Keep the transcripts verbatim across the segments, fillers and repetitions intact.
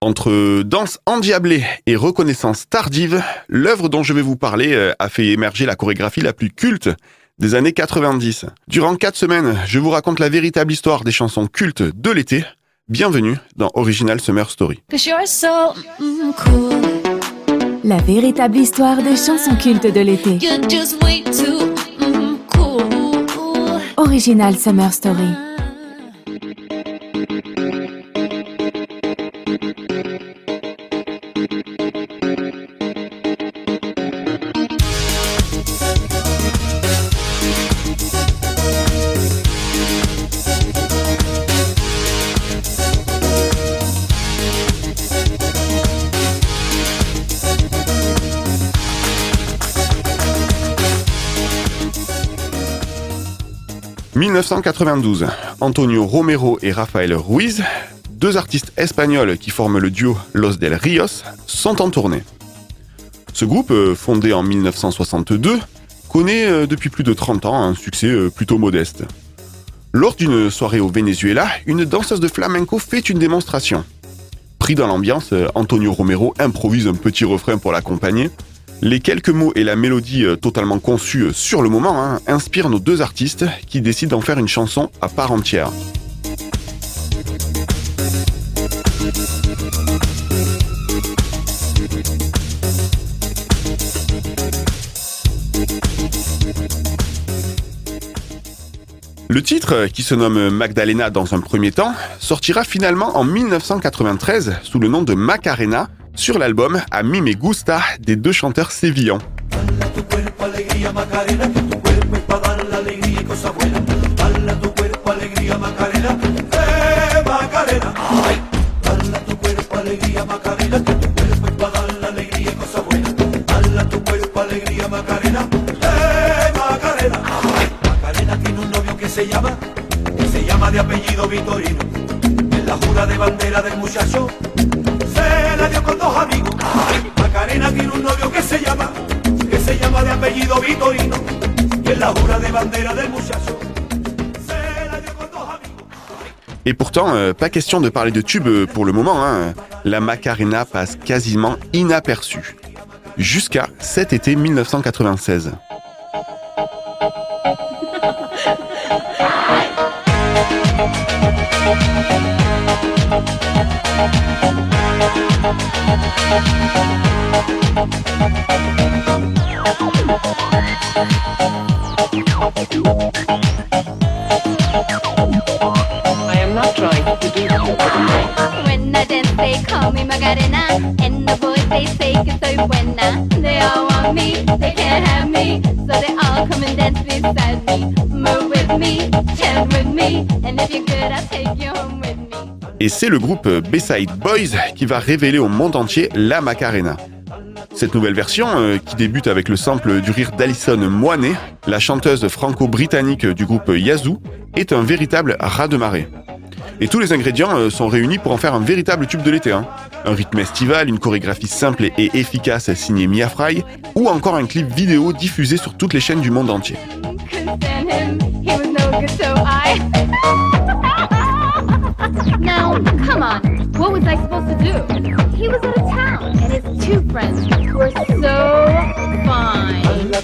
Entre danse endiablée et reconnaissance tardive, l'œuvre dont je vais vous parler a fait émerger la chorégraphie la plus culte des années quatre-vingt-dix. Durant quatre semaines, je vous raconte la véritable histoire des chansons cultes de l'été. Bienvenue dans Original Summer Story. So, mm, cool. La véritable histoire des chansons cultes de l'été. Too, mm, cool. Original Summer Story. dix-neuf cent quatre-vingt-douze, Antonio Romero et Rafael Ruiz, deux artistes espagnols qui forment le duo Los del Ríos, sont en tournée. Ce groupe, fondé en dix-neuf cent soixante-deux, connaît depuis plus de trente ans un succès plutôt modeste. Lors d'une soirée au Venezuela, une danseuse de flamenco fait une démonstration. Pris dans l'ambiance, Antonio Romero improvise un petit refrain pour l'accompagner. Les quelques mots et la mélodie totalement conçus sur le moment hein, inspirent nos deux artistes qui décident d'en faire une chanson à part entière. Le titre, qui se nomme Magdalena dans un premier temps, sortira finalement en dix-neuf cent quatre-vingt-treize sous le nom de Macarena, sur l'album A mí me gusta des deux chanteurs sévillans. De apellido Vitorino, en la jura de bandera del muchacho, se la dio con dos amigos. Macarena tiene un novio que se llama, que se llama de apellido Vitorino, y en la jura de bandera del muchacho, se la dio con dos amigos. Et pourtant, euh, pas question de parler de tube pour le moment, hein. La Macarena passe quasiment inaperçue. Jusqu'à cet été dix-neuf cent quatre-vingt-seize. I am not trying to do When I dance, they call me Macarena, and the boys they say que soy buena. They all want me, they can't have me, so they all come and dance beside me. Move with me, chant with me, and if you're good, I'll take you home with me. Et c'est le groupe Bayside Boys qui va révéler au monde entier la Macarena. Cette nouvelle version, euh, qui débute avec le sample du rire d'Alison Moinet, la chanteuse franco-britannique du groupe Yazoo, est un véritable raz-de-marée. Et tous les ingrédients euh, sont réunis pour en faire un véritable tube de l'été. Hein. Un rythme estival, une chorégraphie simple et efficace signée Mia Fry, ou encore un clip vidéo diffusé sur toutes les chaînes du monde entier. Now, come on, what was I supposed to do? He was out of town, and his two friends were so fine.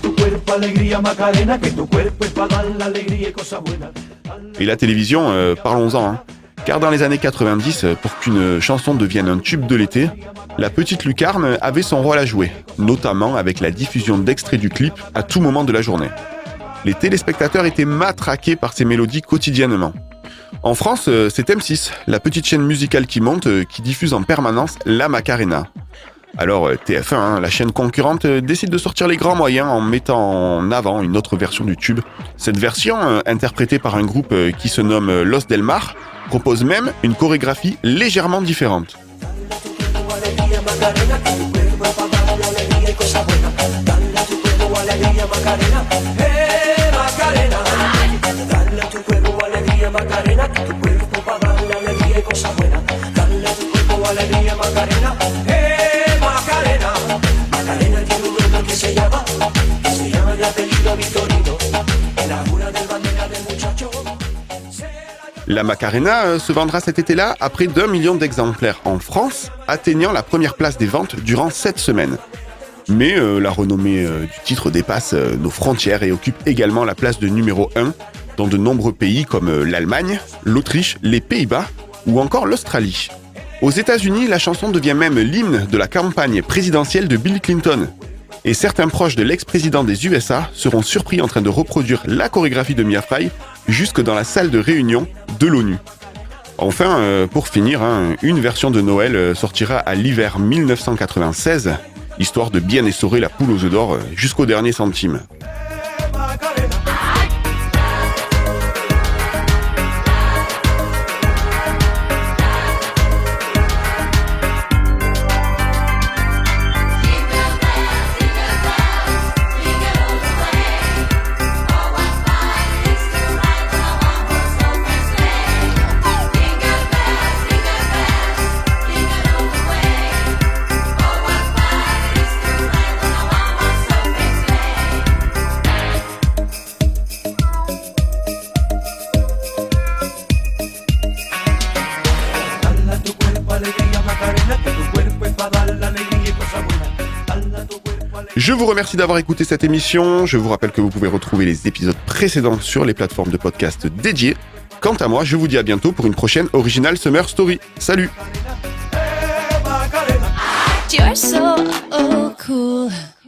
Et la télévision, euh, parlons-en, hein. Car dans les années quatre-vingt-dix, pour qu'une chanson devienne un tube de l'été, la petite lucarne avait son rôle à jouer, notamment avec la diffusion d'extraits du clip à tout moment de la journée. Les téléspectateurs étaétaient matraqués par ces mélodies quotidiennement. En France, c'est M six, la petite chaîne musicale qui monte, qui diffuse en permanence la Macarena. Alors T F un, hein, la chaîne concurrente, décide de sortir les grands moyens en mettant en avant une autre version du tube. Cette version, interprétée par un groupe qui se nomme Los del Mar, propose même une chorégraphie légèrement différente. La Macarena euh, se vendra cet été-là à près d'un million d'exemplaires en France, atteignant la première place des ventes durant sept semaines. Mais euh, la renommée euh, du titre dépasse euh, nos frontières et occupe également la place de numéro un dans de nombreux pays comme euh, l'Allemagne, l'Autriche, les Pays-Bas ou encore l'Australie. Aux États-Unis, la chanson devient même l'hymne de la campagne présidentielle de Bill Clinton. Et certains proches de l'ex-président des U S A seront surpris en train de reproduire la chorégraphie de Mia Fry jusque dans la salle de réunion de l'ONU. Enfin, euh, pour finir, hein, une version de Noël euh, sortira à l'hiver dix-neuf cent quatre-vingt-seize, histoire de bien essorer la poule aux œufs d'or euh, jusqu'au dernier centime. Je vous remercie d'avoir écouté cette émission. Je vous rappelle que vous pouvez retrouver les épisodes précédents sur les plateformes de podcast dédiées. Quant à moi, je vous dis à bientôt pour une prochaine Original Summer Story. Salut! You're so oh, cool.